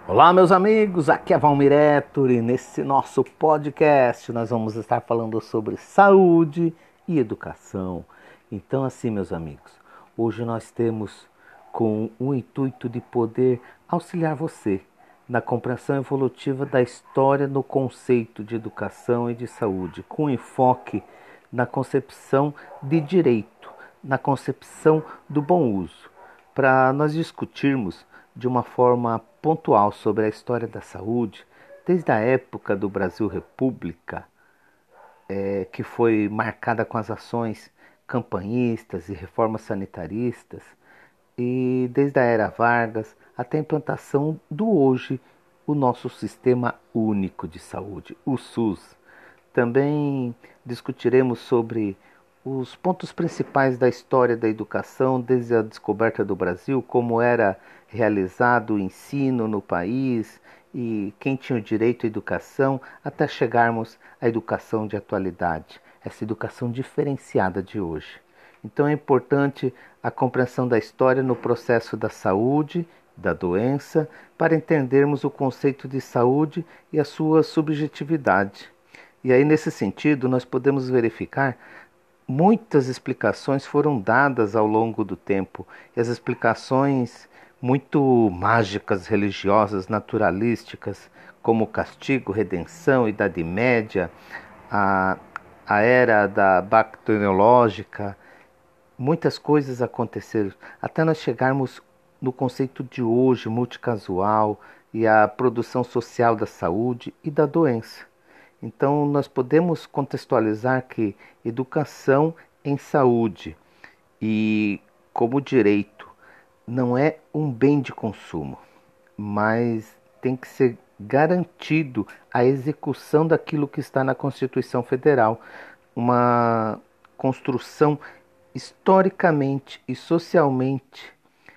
Olá, meus amigos, aqui é Valmir Ettore e nesse nosso podcast nós vamos estar falando sobre saúde e educação. Então, assim, meus amigos, hoje nós temos com o intuito de poder auxiliar você na compreensão evolutiva da história no conceito de educação e de saúde, com enfoque na concepção de direito, na concepção do bom uso, para nós discutirmos de uma forma pontual sobre a história da saúde, desde a época do Brasil República, que foi marcada com as ações campanhistas e reformas sanitaristas, e desde a era Vargas até a implantação do hoje, o nosso Sistema Único de Saúde, o SUS. Também discutiremos sobre os pontos principais da história da educação desde a descoberta do Brasil, como era realizado o ensino no país e quem tinha o direito à educação, até chegarmos à educação de atualidade, essa educação diferenciada de hoje. Então é importante a compreensão da história no processo da saúde, da doença, para entendermos o conceito de saúde e a sua subjetividade. E aí, nesse sentido, nós podemos verificar muitas explicações foram dadas ao longo do tempo. E as explicações muito mágicas, religiosas, naturalísticas, como castigo, redenção, Idade Média, a, a era da bacteriológica, muitas coisas aconteceram até nós chegarmos no conceito de hoje, multicasual, e a produção social da saúde e da doença. Então, nós podemos contextualizar que educação em saúde e como direito não é um bem de consumo, mas tem que ser garantido a execução daquilo que está na Constituição Federal, uma construção historicamente e socialmente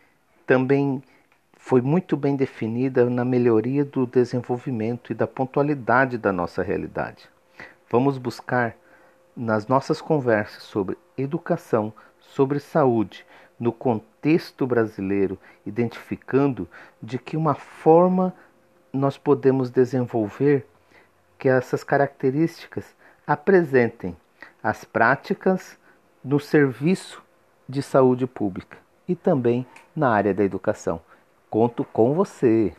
também foi muito bem definida na melhoria do desenvolvimento e da pontualidade da nossa realidade. Vamos buscar nas nossas conversas sobre educação, sobre saúde, no contexto brasileiro, identificando de que uma forma nós podemos desenvolver que essas características apresentem as práticas no serviço de saúde pública e também na área da educação. Conto com você.